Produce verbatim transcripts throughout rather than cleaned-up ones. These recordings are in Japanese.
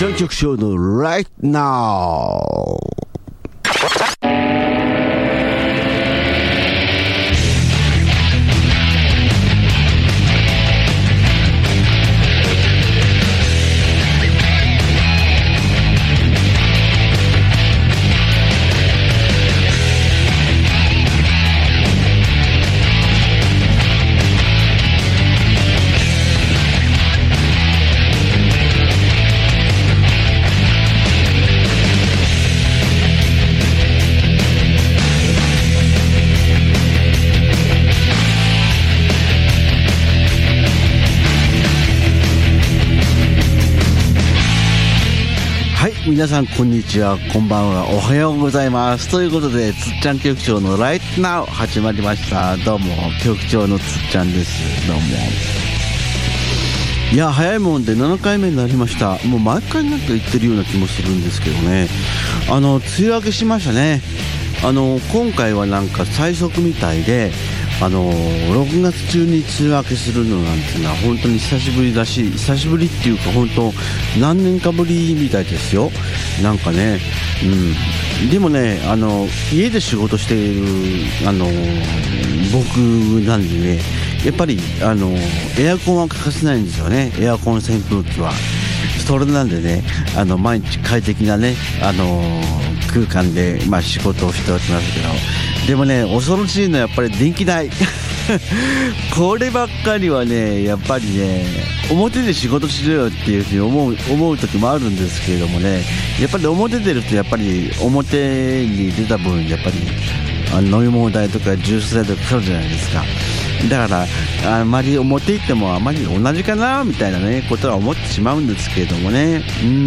ちゃん局長の Right Now。皆さんこんにちは、こんばんは、おはようございます。ということで、つっちゃん局長の Right Now 始まりました。どうも局長のつっちゃんです。どうも。いや早いもんでななかいめになりました。もう毎回なんか言ってるような気もするんですけどね。あの梅雨明けしましたね。あの今回はなんか最速みたいで、あのろくがつ中に梅雨明けするのなんていうのは本当に久しぶりだし、久しぶりっていうか本当何年かぶりみたいですよ。なんかね、うん、でもね、あの家で仕事しているあの僕なんでね、やっぱりあのエアコンは欠かせないんですよね。エアコン扇風機はそれなんでね、あの毎日快適なね、あの空間で、まあ、仕事をしておりますけど、でもね、恐ろしいのはやっぱり電気代こればっかりはね、やっぱりね、表で仕事しろよっていうふうに思う、思う時もあるんですけれどもね、やっぱり表出るとやっぱり表に出た分やっぱりあの飲み物代とかジュース代とかかかるじゃないですか。だからあまり表行ってもあまり同じかなみたいなねことは思ってしまうんですけれどもね。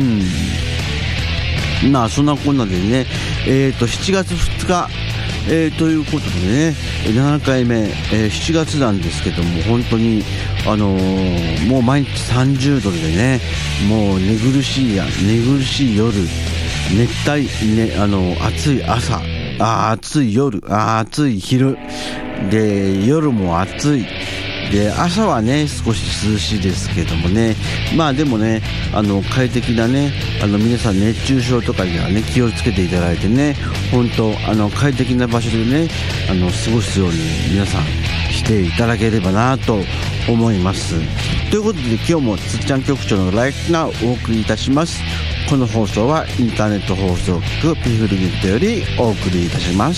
うん、まあそんなこんなでね、えーとしちがつふつか、えー、ということでね、ななかいめ、えー、しちがつなんですけども、本当にあのー、もう毎日さんじゅうどでね、もう寝苦しいや寝苦しい夜、熱帯、ね、あのー、暑い朝、あ暑い夜、あ暑い昼で、夜も暑いで、朝はね少し涼しいですけどもね、まあでもね、あの快適なね、あの皆さん熱中症とかにはね気をつけていただいてね、本当あの快適な場所でね、あの過ごすように皆さんしていただければなと思います。ということで、今日もつっちゃん局長のライフナウお送りいたします。この放送はインターネット放送局ピフルギットよりお送りいたします。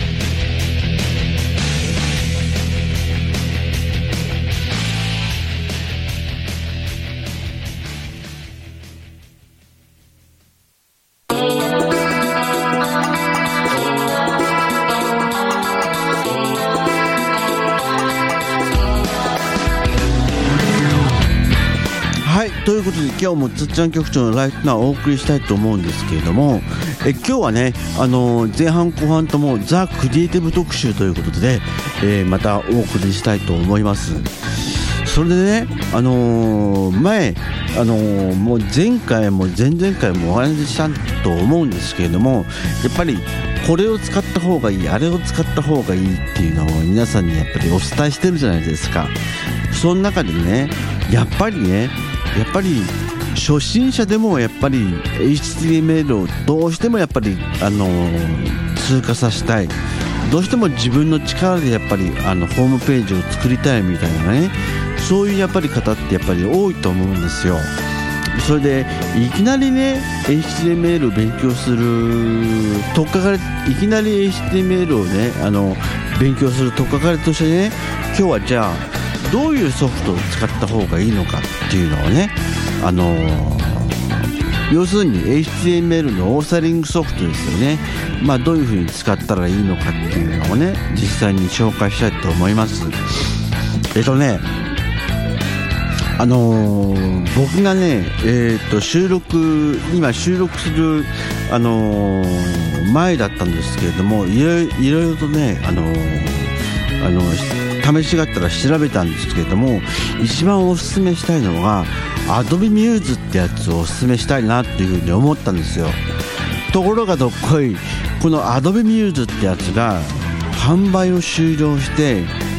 ということで、今日もつっちゃん局長のライフナウをお送りしたいと思うんですけれども、え今日はね、あのー、前半後半ともザ・クリエイティブ特集ということで、えー、またお送りしたいと思います。それでね、あのー、前、あのー、もう前回も前々回もお話ししたと思うんですけれども、やっぱりこれを使った方がいい、あれを使った方がいいっていうのを皆さんにやっぱりお伝えしてるじゃないですか。その中でね、やっぱりねやっぱり初心者でもやっぱり エイチティーエムエル をどうしてもやっぱり、あのー、通過させたい、どうしても自分の力でやっぱりあのホームページを作りたいみたいなね、そういうやっぱり方ってやっぱり多いと思うんですよ。それでいきなりね エイチティーエムエル を勉強するとっかかり、いきなり エイチティーエムエル をねあの勉強するとっかかりとしてね、今日はじゃあどういうソフトを使った方がいいのかっていうのをね、あのー、要するに エイチティーエムエル のオーサリングソフトですよね。まあどういう風に使ったらいいのかっていうのをね、実際に紹介したいと思います。えっとねあのー、僕がね、えー、と収録今収録する、あのー、前だったんですけれども、いろいろ、いろいろとね、あのー、あの試しがあったら調べたんですけれども、一番おすすめしたいのが Adobe Muse ってやつをおすすめしたいなっていうふうに思ったんですよ。ところがどっこい、この Adobe Muse ってやつが販売を終了して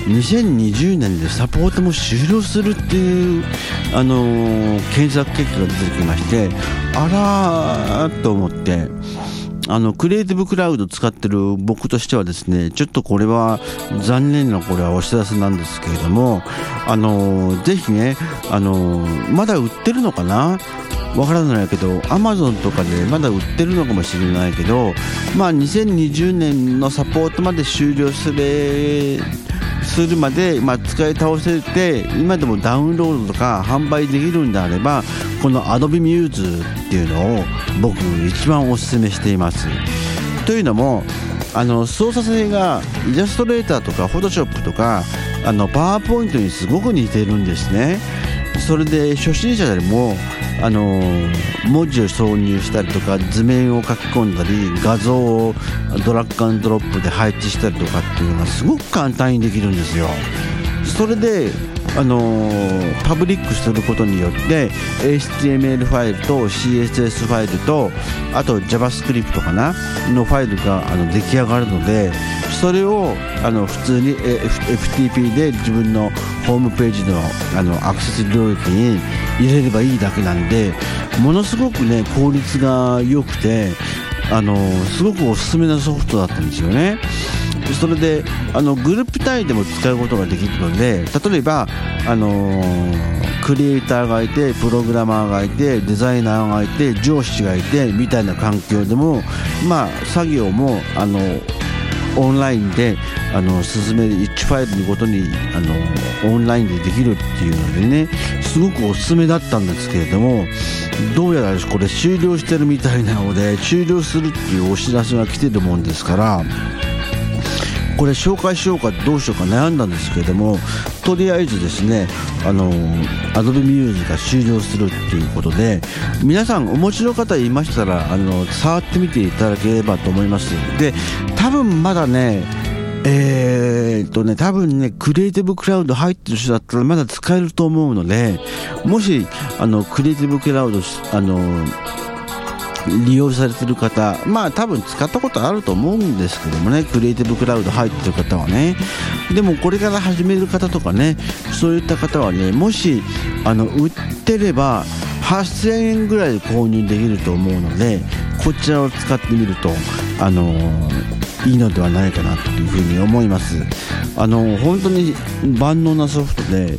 にせんにじゅうねんでサポートも終了するっていう、あのー、検索結果が出てきまして、あらーと思って、あのクリエイティブクラウド使ってる僕としてはですね、ちょっとこれは残念なこれはお知らせなんですけれども、あのー、ぜひね、あのー、まだ売ってるのかな、わからないけど Amazon とかでまだ売ってるのかもしれないけど、まあにせんにじゅうねんのサポートまで終了するするまで、まあ、使い倒せて今でもダウンロードとか販売できるんであれば、この Adobe Muse っていうのを僕一番おすすめしています。というのも、あの操作性がイラストレーターとか Photoshop とかあのパワーポイントにすごく似てるんですね。それで初心者でもあの文字を挿入したりとか図面を書き込んだり画像をドラッグアンドドロップで配置したりとかっていうのがすごく簡単にできるんですよ。それであのパブリックすることによって エイチティーエムエル ファイルと シーエスエス ファイルとあと JavaScript かなのファイルがあの出来上がるので、それをあの普通に エフティーピー で自分のホームページのあのアクセス領域に入れればいいだけなんで、ものすごくね効率が良くて、あのすごくおすすめなソフトだったんですよね。それであのグループ単位でも使うことができるので、例えばあのー、クリエイターがいてプログラマーがいてデザイナーがいて上司がいてみたいな環境でも、まあ作業もあのオンラインであの進めるいちファイルにごとにあのオンラインでできるっていうのでね、すごくおすすめだったんですけれども、どうやらこれ終了してるみたいなので終了するっていうお知らせが来てるもんですから、これ紹介しようかどうしようか悩んだんですけれども、とりあえずですね、あの Adobe Muse が終了するっていうことで、皆さんお持ちの方いましたらあの触ってみていただければと思います。で、多分まだねえーっとね多分ねクリエイティブクラウド入ってる人だったらまだ使えると思うので、もしあのクリエイティブクラウドあの利用されてる方、まあ多分使ったことあると思うんですけどもね、クリエイティブクラウド入ってる方はね。でもこれから始める方とかね、そういった方はね、もしあの売ってればはっせんえんぐらいで購入できると思うので、こちらを使ってみるとあのいいのではないかなというふうに思います。あの本当に万能なソフトで、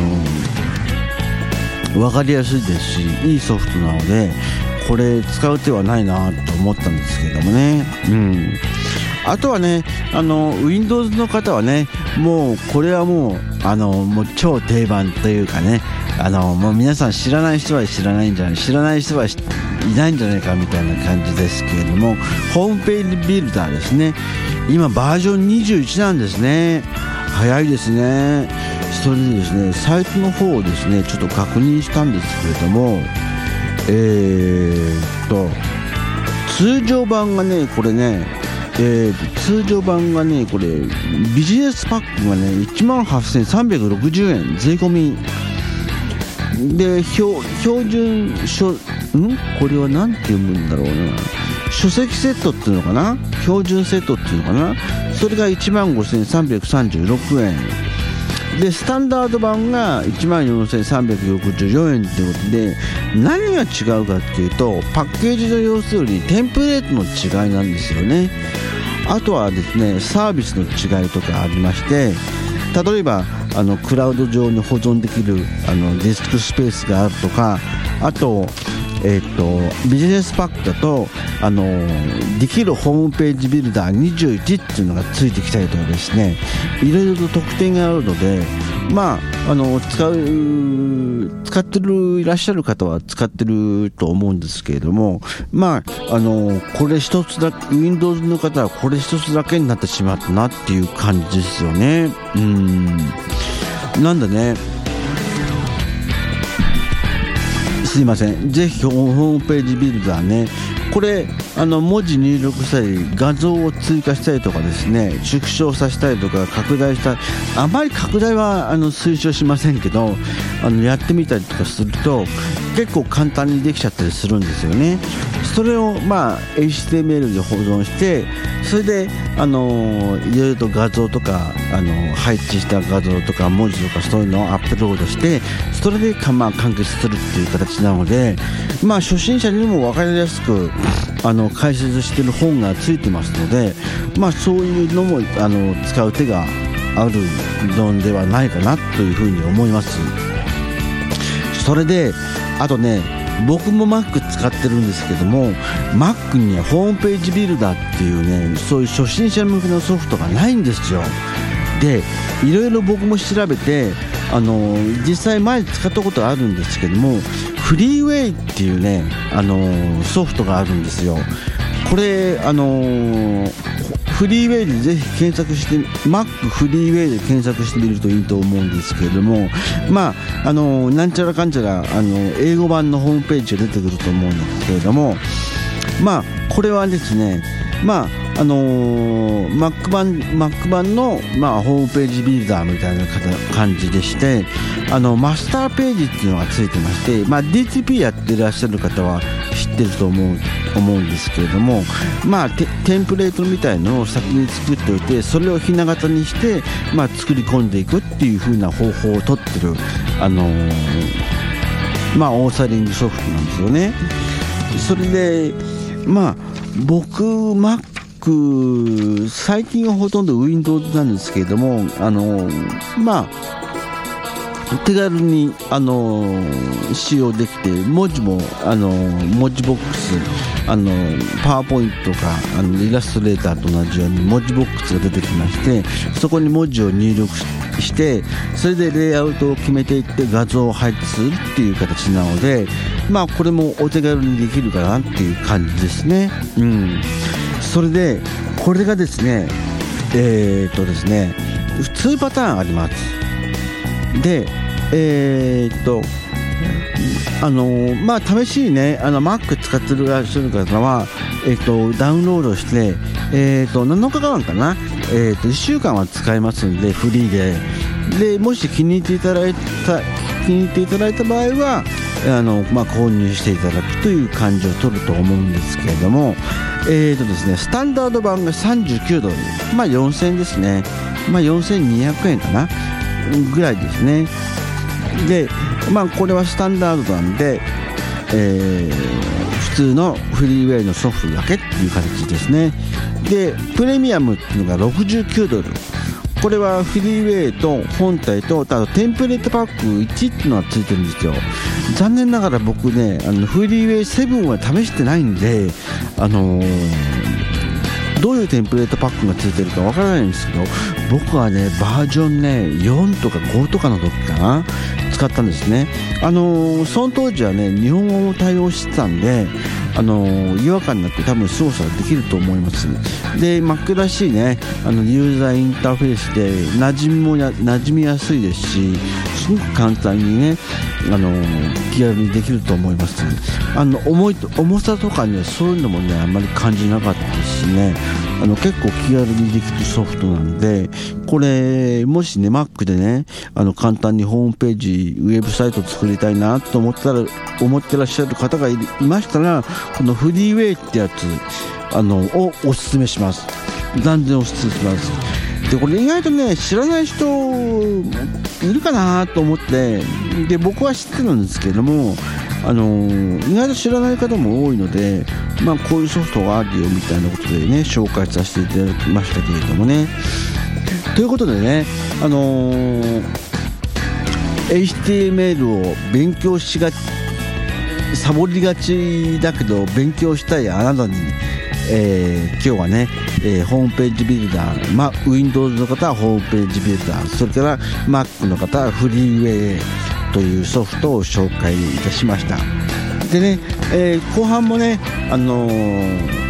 あの分かりやすいですしいいソフトなので、これ使う手はないなと思ったんですけれどもね。うん。あとはね、あの Windows の方はね、もうこれはもうあのもう超定番というかね、あのもう皆さん知らない人は知らないんじゃない、知らない人はいないんじゃないかみたいな感じですけれども、ホームページビルダーですね。今バージョンにじゅういちなんですね。早いですね。それでですね、サイトの方をですねちょっと確認したんですけれども、えーっと通常版がねこれね、えー、通常版がねこれビジネスパックがねいちまんはっせんさんびゃくろくじゅうえん税込みで、標準書んこれはなんて読むんだろうな、書籍セットっていうのかな、標準セットっていうのかな、それがいちまんごせんさんびゃくさんじゅうろくえんで、スタンダード版が いちまんよんせんさんびゃくろくじゅうよんえんということで、何が違うかっていうとパッケージの要するにテンプレートの違いなんですよね。あとはですねサービスの違いとかありまして、例えばあのクラウド上に保存できるあのディスクスペースがあるとか、あとえー、とビジネスパックだとあのできるホームページビルダーにじゅういちっていうのがついてきたりとかですね、いろいろと特典があるので、まああの使う使ってるいらっしゃる方は使ってると思うんですけれども、まああのこれ一つだけ Windows の方はこれ一つだけになってしまったなっていう感じですよね。うーんなんだね、すいません、ぜひホームページビルダーね、これあの文字入力したり画像を追加したりとかですね、縮小させたりとか拡大したり、あまり拡大はあの推奨しませんけど、あのやってみたりとかすると結構簡単にできちゃったりするんですよね。それをまあ エイチティーエムエル で保存して、それであのいろいろと画像とかあの配置した画像とか文字とかそういうのをアップロードして、それでまあ完結するっていう形なので、まあ初心者にも分かりやすくあの解説してる本がついてますので、まあそういうのもあの使う手があるのではないかなというふうに思います。それであとね、僕も Mac 使ってるんですけども、 Mac にはホームページビルダーっていうね、そういう初心者向けのソフトがないんですよ。でいろいろ僕も調べて、あの実際前使ったことあるんですけども、フリーウェイっていうね、あのソフトがあるんですよ。これあのフリーウェイでぜひ検索して Mac フリーウェイで検索してみるといいと思うんですけれども、まああのなんちゃらかんちゃらあの英語版のホームページが出てくると思うんですけれども、まあこれはですね、まああのー、Mac 版 Mac 版の、まあ、ホームページビルダーみたいな感じでして、あのマスターページっていうのがついてまして、まあ、ディーティーピー やってらっしゃる方は知ってると思う思うんですけれども、まあ、テ, テンプレートみたいのを先に作っておいて、それをひな形にして、まあ、作り込んでいくっていう風な方法をとってる、あのーまあ、オーサリングソフトなんですよね。それでまあ僕 Mac最近はほとんど Windows なんですけれども、あのまあ手軽にあの使用できて、文字もあの文字ボックス、あのパワーポイントとかあのイラストレーターと同じように文字ボックスが出てきまして、そこに文字を入力して、それでレイアウトを決めていって画像を配置するっていう形なので、まあこれもお手軽にできるかなっていう感じですね。うん。それでこれがですね、えー、っとですねにパターンあります。でえー、っとあのまあ試しにね、あの Mac 使ってるらっしゃる方は、えー、っとダウンロードして、えー、っとなのかかんかな、えー、っといっしゅうかんは使えますんで、フリーででもし気に入っていただいた気に入っていただいた場合はあの、まあ、購入していただくという感じを取ると思うんですけれども、えーとですね、スタンダード版がさんじゅうきゅうドル、まあ、よんせんえんですね、まあ、よんせんにひゃくえんかなぐらいですね。で、まあ、これはスタンダードなんで、えー、普通のフリーウェイのソフトだけっていう形ですね。でプレミアムっていうのがろくじゅうきゅうドル、これはフリーウェイと本体と、あとテンプレートパックいちっていうのがついてるんですよ。残念ながら僕ね、あのフリーウェイセブンは試してないんで、あのー、どういうテンプレートパックがついてるかわからないんですけど、僕はねバージョンねよんとかごとかの時かな使ったんですね。あのー、その当時はね日本語も対応してたんで、あのー、違和感なく多分操作できると思います。で Mac らしいね、あのユーザーインターフェースで馴染みもや馴染みやすいですし、すごく簡単にね、あのー、気軽にできると思います。あの重いと重さとかね、そういうのもねあんまり感じなかったですしね、あの結構気軽にできるソフトなんで、これもしね Mac でね、あの簡単にホームページウェブサイト作りたいなと思ったら思ってらっしゃる方がいましたら、このフリーウェイってやつあのをおすすめします。断然おすすめします。でこれ意外とね知らない人いるかなと思って、で僕は知ってるんですけれども、あのー、意外と知らない方も多いので、まあ、こういうソフトがあるよみたいなことでね紹介させていただきましたけれどもね。ということでね、あのー、エイチティーエムエル を勉強しがちサボりがちだけど勉強したいあなたに、えー、今日はね、えー、ホームページビルダー、まあ、Windows の方はホームページビルダー、それから Mac の方はフリーウェイというソフトを紹介いたしました。でね、えー、後半もね、あのー、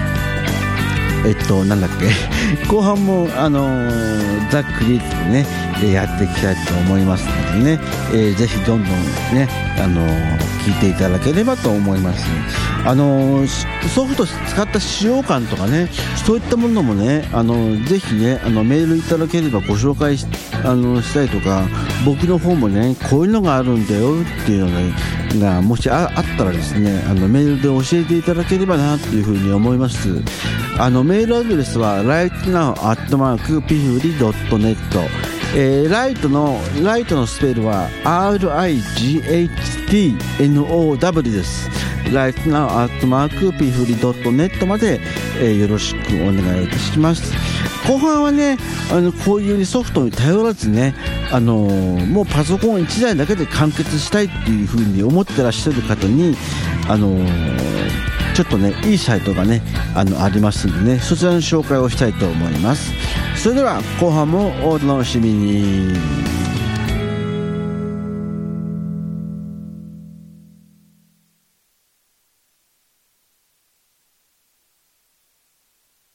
えっとなんだっけ後半もあのー、ざっくりでねえー、やっていきたいと思いますのでね、えー、ぜひどんどんね、あのー、聞いていただければと思います。あのー、ソフト使った使用感とかね、そういったものもね、あのー、ぜひね、あのメールいただければご紹介し、あのー、したいとか、僕の方もね、こういうのがあるんだよっていうのがもし あ, あったらですね、あのメールで教えていただければなというふうに思います。あのメールアドレスは ライトナウ アットマーク ピフリ ドットネット、えー、ライトのライトのスペルは アールアイジーエイチティーエヌオーダブリュー です。ライトナウ アットマーク ピフリ ドットネット まで、えー、よろしくお願いいたします。後半はね、あのこういうソフトに頼らずね、あのー、もうパソコンいちだいだけで完結したいっていう風に思ってらっしゃる方に、あのー、ちょっとねいいサイトがね あのありますんでね、そちらの紹介をしたいと思います。それでは後半もお楽しみに。